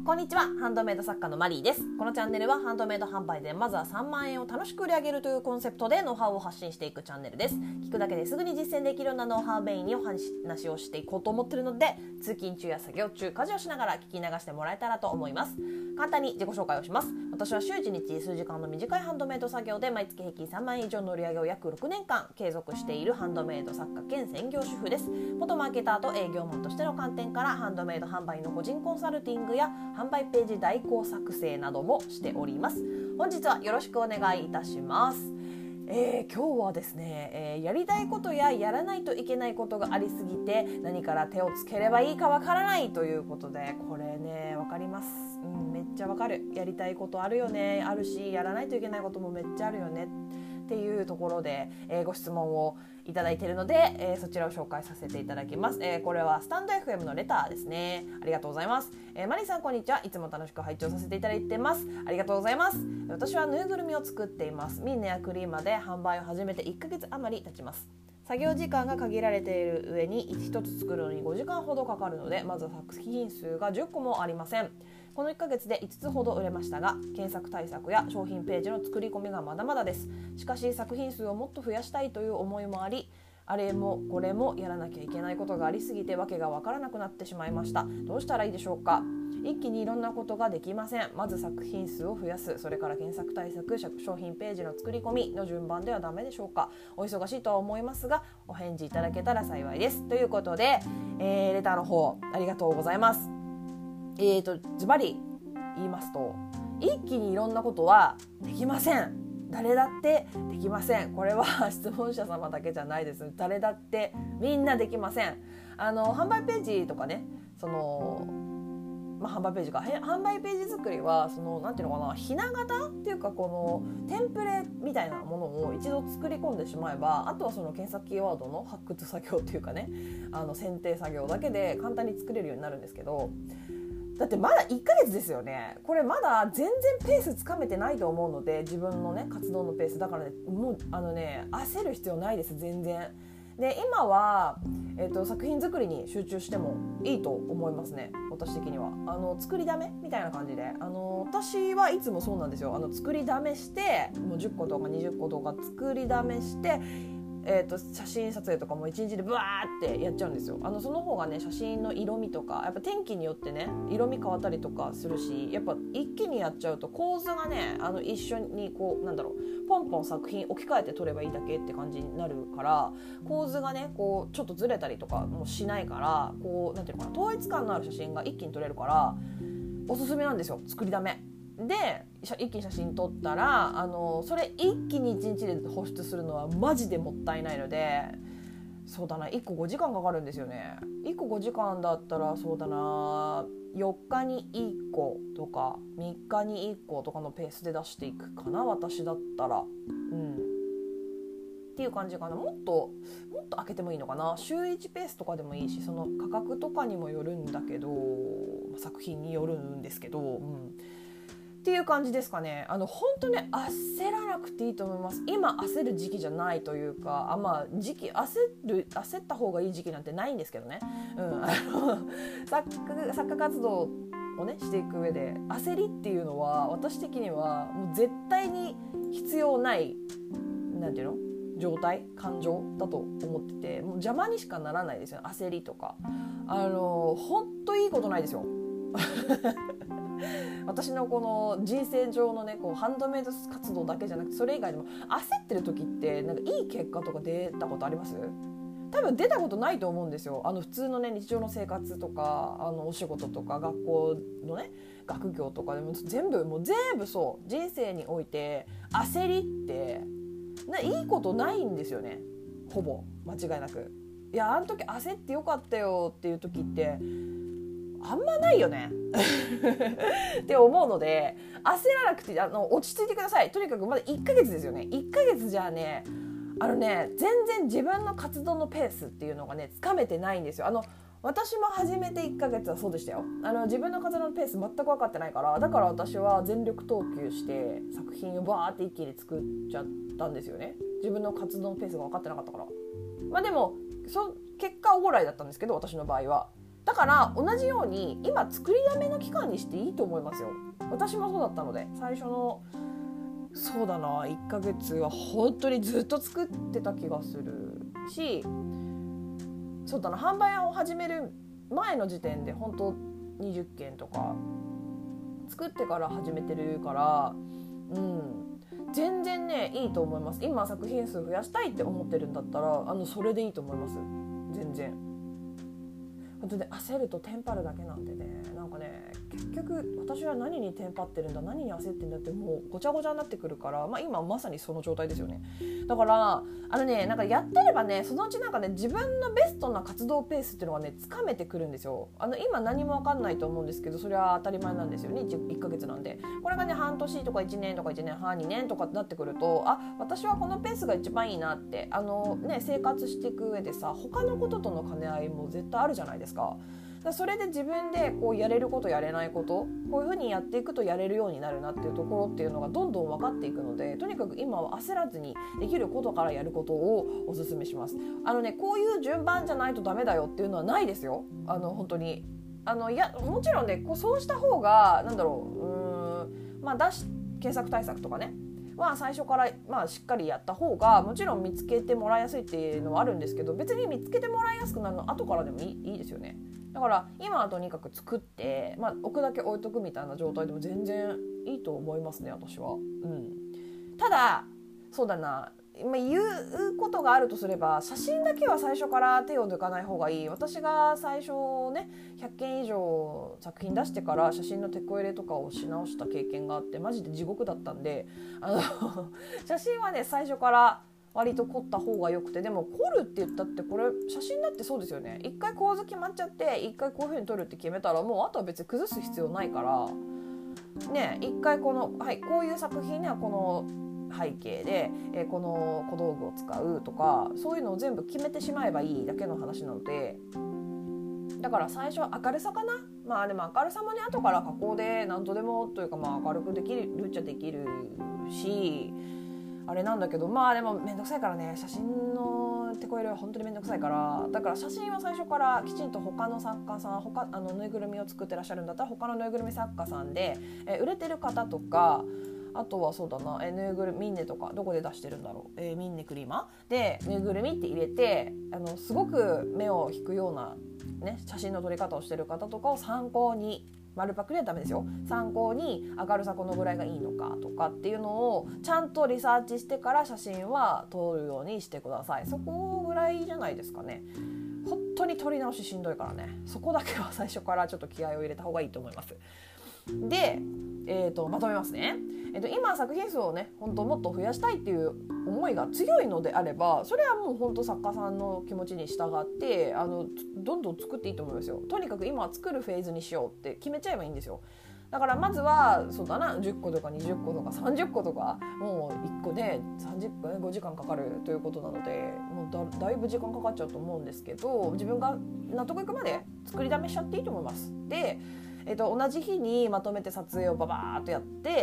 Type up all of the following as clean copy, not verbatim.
こんにちは、ハンドメイド作家のマリーです。このチャンネルはハンドメイド販売でまずは3万円を楽しく売り上げるというコンセプトでノウハウを発信していくチャンネルです。聞くだけですぐに実践できるようなノウハウメインにお話をしていこうと思っているので、通勤中や作業中、家事をしながら聞き流してもらえたらと思います。簡単に自己紹介をします。私は週1日数時間の短いハンドメイド作業で毎月平均3万円以上の売り上げを約6年間継続しているハンドメイド作家兼専業主婦です。元マーケターと営業マンとしての観点からハンドメイド販売の個人コンサルティングや販売ページ代行作成などもしております。本日はよろしくお願いいたします。今日はですね、やりたいことややらないといけないことがありすぎて何から手をつければいいかわからないということで、これねわかります、めっちゃわかる。やりたいことあるよね、あるしやらないといけないこともめっちゃあるよねっていうところで、ご質問をいただいているので、そちらを紹介させていただきます。これはスタンド FM のレターですね。ありがとうございます。マリーさんこんにちは。いつも楽しく拝聴させていただいてます。ありがとうございます。私はぬいぐるみを作っています。ミンネやクリーマで販売を始めて1ヶ月余り経ちます。作業時間が限られている上に1つ作るのに5時間ほどかかるので、まずは作品数が10個もありません。この1ヶ月で5つほど売れましたが、検索対策や商品ページの作り込みがまだまだです。しかし作品数をもっと増やしたいという思いもあり、あれもこれもやらなきゃいけないことがありすぎてわけがわからなくなってしまいました。どうしたらいいでしょうか。一気にいろんなことができません。まず作品数を増やす、それから検索対策、商品ページの作り込みの順番ではダメでしょうか。お忙しいとは思いますがお返事いただけたら幸いです。ということで、レターの方ありがとうございます。ズバリ言いますと、一気にいろんなことはできません。誰だってできません。これは質問者様だけじゃないです。誰だってみんなできません。販売ページとかね、販売ページ作りはなんていうのかな、ひな形っていうか、このテンプレみたいなものを一度作り込んでしまえば、あとはその検索キーワードの発掘作業っていうかね、選定作業だけで簡単に作れるようになるんですけど、だってまだ1ヶ月ですよね。これまだ全然ペースつかめてないと思うので、自分のね活動のペースだからね、もう焦る必要ないです。全然。で今は、作品作りに集中してもいいと思いますね。私的には作りだめみたいな感じで、私はいつもそうなんですよ。作りだめしてもう10個とか20個とか作りだめして、写真撮影とかも1日でブワーってやっちゃうんですよ。その方がね、写真の色味とかやっぱ天気によってね色味変わったりとかするし、やっぱ一気にやっちゃうと構図がね一緒にこうポンポン作品置き換えて撮ればいいだけって感じになるから、構図がねこうちょっとずれたりとかもしないから、こうなんていうのかな、統一感のある写真が一気に撮れるからおすすめなんですよ、作りだめで。一気に写真撮ったらそれ一気に1日で放出するのはマジでもったいないので、そうだな、1個5時間かかるんですよね。1個5時間だったらそうだな、4日に1個とか3日に1個とかのペースで出していくかな、私だったら。っていう感じかな。もっと開けてもいいのかな。週1ペースとかでもいいし、その価格とかにもよるんだけど、作品によるんですけど、っていう感じですかね。本当ね、焦らなくていいと思います。今焦る時期じゃないというか、焦った方がいい時期なんてないんですけどね。作家活動をねしていく上で焦りっていうのは私的にはもう絶対に必要ない、なんていうの、感情だと思ってて、もう邪魔にしかならないですよね、焦りとか。本当いいことないですよ。私のこの人生上のねこうハンドメイド活動だけじゃなくて、それ以外でも焦ってる時ってなんかいい結果とか出たことあります？多分出たことないと思うんですよ。普通のね日常の生活とかお仕事とか学校のね学業とかでも全部そう、人生において焦りっていいことないんですよね。ほぼ間違いなく。いや、あの時焦ってよかったよっていう時ってあんまないよねって思うので、焦らなくて落ち着いてください。とにかくまだ1ヶ月ですよね。1ヶ月じゃね全然自分の活動のペースっていうのがねつかめてないんですよ。私も始めて1ヶ月はそうでしたよ。自分の活動のペース全く分かってないから、だから私は全力投球して作品をバーって一気に作っちゃったんですよね。自分の活動のペースが分かってなかったから。でも結果オーライだったんですけど、私の場合はだから同じように今作りだめの期間にしていいと思いますよ。私もそうだったので、最初のそうだな1ヶ月は本当にずっと作ってた気がするし、そうだな販売を始める前の時点で本当20件とか作ってから始めてるから、全然ねいいと思います。今作品数増やしたいって思ってるんだったらそれでいいと思います。全然本当で焦るとテンパるだけなんでね、なんかね結局私は何にテンパってるんだ何に焦ってんだってもうごちゃごちゃになってくるから、今まさにその状態ですよね。だからなんかやってればねそのうちなんかね自分のベストな活動ペースっていうのがねつかめてくるんですよ。今何も分かんないと思うんですけど、それは当たり前なんですよね。 1ヶ月なんで、これがね半年とか1年とか1年半2年とかってなってくると、私はこのペースが一番いいなって生活していく上でさ他のこととの兼ね合いも絶対あるじゃないですか。それで自分でこうやれることやれないこと、こういうふうにやっていくとやれるようになるなっていうところっていうのがどんどん分かっていくので、とにかく今は焦らずにできることからやることをお勧めします。こういう順番じゃないとダメだよっていうのはないですよ。本当にもちろんねそうした方が検索対策とかね最初からしっかりやった方がもちろん見つけてもらいやすいっていうのはあるんですけど、別に見つけてもらいやすくなるのは後からでもいいですよね。だから今はとにかく作って、置くだけ置いとくみたいな状態でも全然いいと思いますね私は。ただそうだな言うことがあるとすれば、写真だけは最初から手を抜かない方がいい。私が最初ね100件以上作品出してから写真のテこ入れとかをし直した経験があって、マジで地獄だったんで写真はね最初から割と凝った方がよくて、でも凝るって言ったってこれ写真だってそうですよね。一回構図決まっちゃって一回こういう風に撮るって決めたらもうあとは別に崩す必要ないからね、一回こういう作品にはこの背景で、この小道具を使うとかそういうのを全部決めてしまえばいいだけの話なので、だから最初は明るさかな。でも明るさもね後から加工で何とでもというか明るくできるっちゃできるしあれなんだけど、でもめんどくさいからね、写真の手こ入れは本当にめんどくさいから、だから写真は最初からきちんと他の作家さんぬいぐるみを作ってらっしゃるんだったら他のぬいぐるみ作家さんで、売れてる方とか、あとはそうだな、ぬいぐるみミンネとかどこで出してるんだろう、ミンネクリーマでぬいぐるみって入れてすごく目を引くような、写真の撮り方をしてる方とかを参考に、丸パクリはダメですよ、参考に明るさこのぐらいがいいのかとかっていうのをちゃんとリサーチしてから写真は撮るようにしてください。そこぐらいじゃないですかね。本当に撮り直ししんどいからね、そこだけは最初からちょっと気合を入れた方がいいと思います。で、まとめますね。今作品数をね本当もっと増やしたいっていう思いが強いのであれば、それはもう本当作家さんの気持ちに従ってどんどん作っていいと思いますよ。とにかく今は作るフェーズにしようって決めちゃえばいいんですよ。だからまずはそうだな、10個とか20個とか30個とか、もう1個で5時間かかるということなので、もう だいぶ時間かかっちゃうと思うんですけど、自分が納得いくまで作りだめしちゃっていいと思います。で同じ日にまとめて撮影をババーっとやって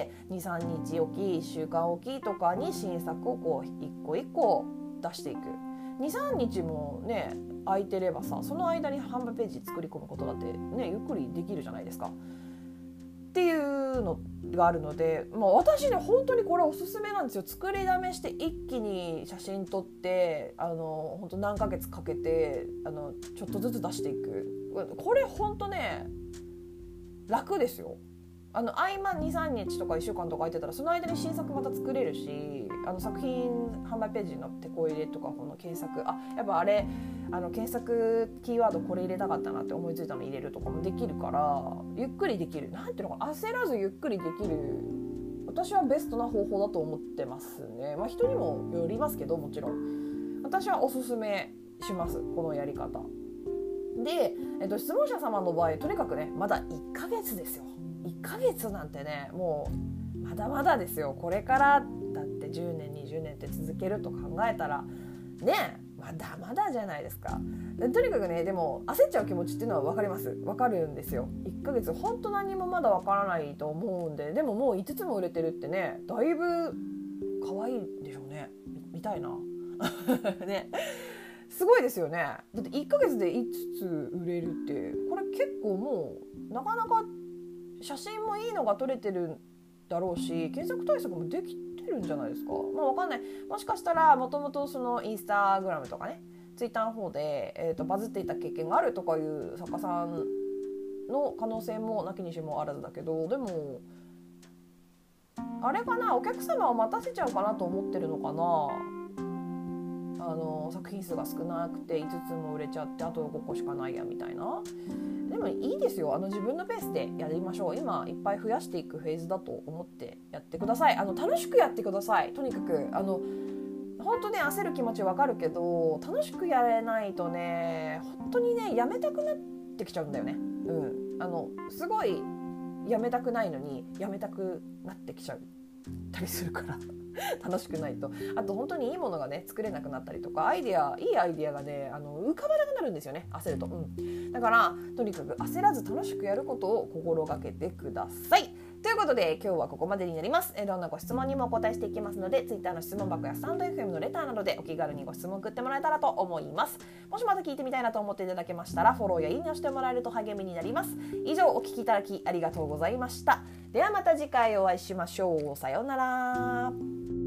2,3 日おき1週間おきとかに新作をこう一個一個出していく。 2,3 日もね空いてればさ、その間に販売ページ作り込むことだってねゆっくりできるじゃないですかっていうのがあるので、私ね本当にこれおすすめなんですよ。作りだめして一気に写真撮って本当何ヶ月かけてちょっとずつ出していく。これ本当ね楽ですよ。合間 2,3 日とか1週間とか空いてたらその間に新作また作れるし、作品販売ページの手こ入れとかこの検索、やっぱあれ検索キーワードこれ入れたかったなって思いついたの入れるとかもできるから、ゆっくりできる、なんていうのか焦らずゆっくりできる、私はベストな方法だと思ってますね。人にもよりますけど、もちろん私はおすすめしますこのやり方で。質問者様の場合とにかくねまだ1ヶ月ですよ。1ヶ月なんてねもうまだまだですよ。これからだって10年20年って続けると考えたらねまだまだじゃないですか。とにかくねでも焦っちゃう気持ちっていうのは分かります。分かるんですよ。1ヶ月本当何もまだ分からないと思うんで、でももう5つも売れてるってねだいぶ可愛いでしょうね。見たいなね。 すごいですよね。だって1ヶ月で5つ売れるって、これ結構もうなかなか写真もいいのが撮れてるだろうし、検索対策もできてるんじゃないですか。わかんない。もしかしたらもともとそのインスタグラムとかね、ツイッターの方で、バズっていた経験があるとかいう作家さんの可能性もなきにしもあらずだけど、でもあれかな、お客様を待たせちゃうかなと思ってるのかな。作品数が少なくて5つも売れちゃって、あと5個しかないやみたいな。でもいいですよ、自分のペースでやりましょう。今いっぱい増やしていくフェーズだと思ってやってください。楽しくやってください。とにかく本当ね、焦る気持ちわかるけど、楽しくやれないとね、本当にね、やめたくなってきちゃうんだよね。すごいやめたくないのにやめたくなってきちゃったりするから楽しくないと。あと本当にいいものがね作れなくなったりとか、いいアイデアがね浮かばなくなるんですよね、焦ると。だからとにかく焦らず楽しくやることを心がけてください。ということで今日はここまでになります。どんなご質問にもお答えしていきますので、Twitter の質問箱やスタンド FM のレターなどでお気軽にご質問送ってもらえたらと思います。もしまた聞いてみたいなと思っていただけましたら、フォローやいいねをしてもらえると励みになります。以上、お聞きいただきありがとうございました。ではまた次回お会いしましょう。さようなら。